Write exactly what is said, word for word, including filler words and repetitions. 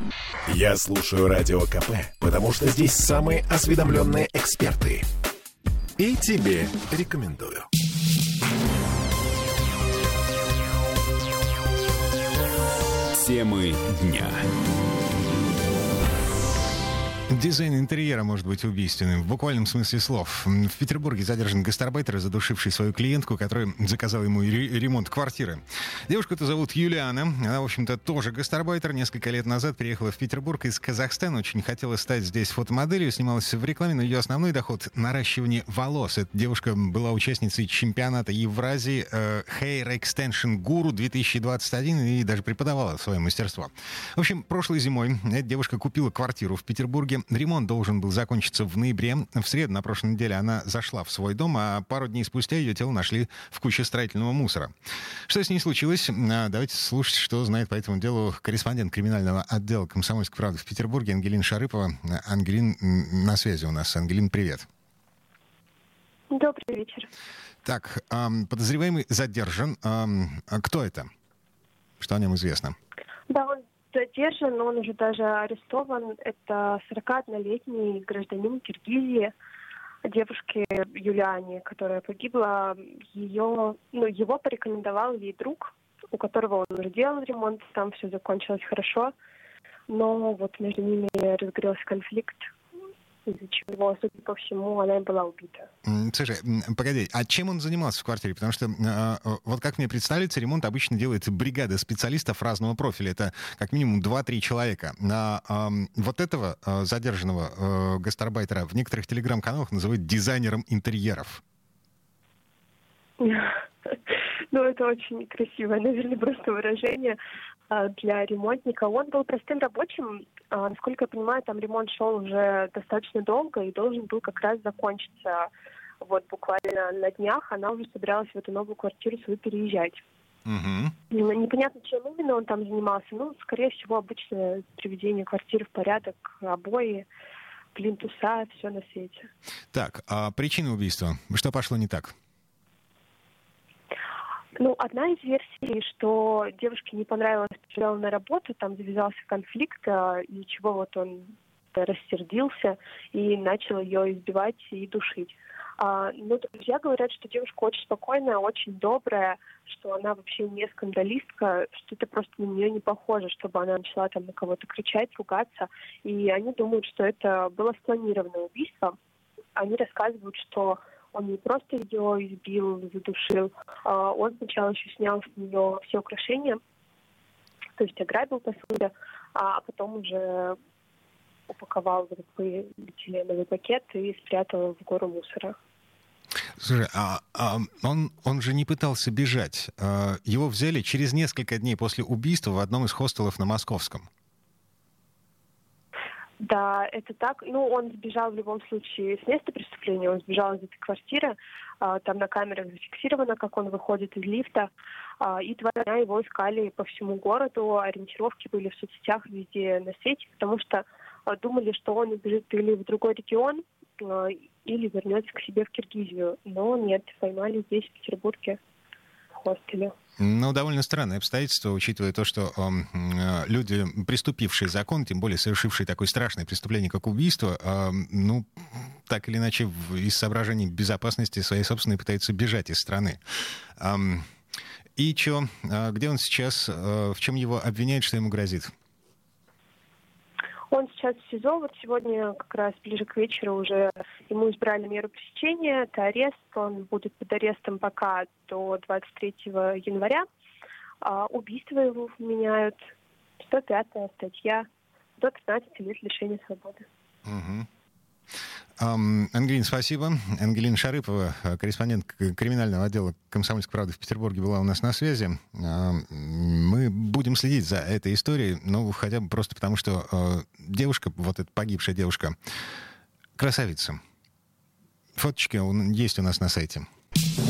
Я слушаю Радио КП, потому что здесь самые осведомленные эксперты. И тебе рекомендую. Темы дня. Дизайн интерьера может быть убийственным, в буквальном смысле слов. В Петербурге задержан гастарбайтер, задушивший свою клиентку, которая заказала ему ремонт квартиры. Девушку-то зовут Юлиана. Она, в общем-то, тоже гастарбайтер. Несколько лет назад приехала в Петербург из Казахстана. Очень хотела стать здесь фотомоделью. Снималась в рекламе, но ее основной доход — наращивание волос. Эта девушка была участницей чемпионата Евразии э, Hair Extension Guru две тысячи двадцать один и даже преподавала свое мастерство. В общем, прошлой зимой эта девушка купила квартиру в Петербурге. Ремонт должен был закончиться в ноябре. В среду на прошлой неделе она зашла в свой дом, а пару дней спустя ее тело нашли в куче строительного мусора. Что с ней случилось? Давайте слушать, что знает по этому делу корреспондент криминального отдела «Комсомольской правды» в Петербурге Ангелина Шарыпова. Ангелин, на связи у нас. Ангелин, привет. Добрый вечер. Так, подозреваемый задержан. Кто это? Что о нем известно? Да, он задержан, он уже даже арестован. Это сорокаоднолетний гражданин Киргизии, девушке Юлиане, которая погибла. Ее, ну, его порекомендовал ей друг, у которого он уже делал ремонт, там все закончилось хорошо. Но вот между ними разгорелся конфликт, из-за чего, судя по всему, она и была убита. Слушай, погоди, а чем он занимался в квартире? Потому что, э, вот как мне представляется, ремонт обычно делает бригада специалистов разного профиля. Это как минимум два-три человека. А, э, вот этого э, задержанного э, гастарбайтера в некоторых телеграм-каналах называют дизайнером интерьеров. Ну, это очень красивое, наверное, просто выражение для ремонтника. Он был простым рабочим. Насколько я понимаю, там ремонт шел уже достаточно долго и должен был как раз закончиться вот буквально на днях. Она уже собиралась в эту новую квартиру свою переезжать. Угу. Непонятно, чем именно он там занимался. Ну, скорее всего, обычное приведение квартиры в порядок, обои, плинтуса, все на свете. Так, а причина убийства? Что пошло не так? Ну, одна из версий, что девушке не понравилась сделанная работа, там завязался конфликт, из-за чего вот он рассердился и начал ее избивать и душить. А, ну, друзья говорят, что девушка очень спокойная, очень добрая, что она вообще не скандалистка, что это просто на нее не похоже, чтобы она начала там на кого-то кричать, ругаться. И они думают, что это было спланированное убийство. Они рассказывают, что он не просто ее избил, задушил, а он сначала еще снял с нее все украшения, то есть ограбил, по сути, а потом уже упаковал в такой полиэтиленовый пакет и спрятал в гору мусора. Слушай, а, а он, он же не пытался бежать. Его взяли через несколько дней после убийства в одном из хостелов на Московском. Да, это так. Ну, он сбежал в любом случае с места преступления, он сбежал из этой квартиры. Там на камерах зафиксировано, как он выходит из лифта. И два дня его искали по всему городу. Ориентировки были в соцсетях везде на свете, потому что думали, что он убежит или в другой регион, или вернется к себе в Киргизию. Но нет, поймали здесь, в Петербурге, в хостеле. Ну, довольно странное обстоятельство, учитывая то, что э, люди, приступившие закон, тем более совершившие такое страшное преступление, как убийство, э, ну, так или иначе, в, из соображений безопасности своей собственной пытаются бежать из страны. Э, и что? Э, где он сейчас? Э, в чем его обвиняют? Что ему грозит? Он сейчас в СИЗО. Вот сегодня, как раз ближе к вечеру, уже ему избрали меру пресечения. Это арест. Он будет под арестом пока до двадцать третьего января. А убийство его вменяют. сто пятая статья. До пятнадцати лет лишения свободы. Угу. Ангелин, спасибо. Ангелина Шарыпова, корреспондент криминального отдела «Комсомольской правды» в Петербурге, была у нас на связи. Мы будем следить за этой историей, ну, хотя бы просто потому, что девушка, вот эта погибшая девушка, красавица. Фоточки есть у нас на сайте.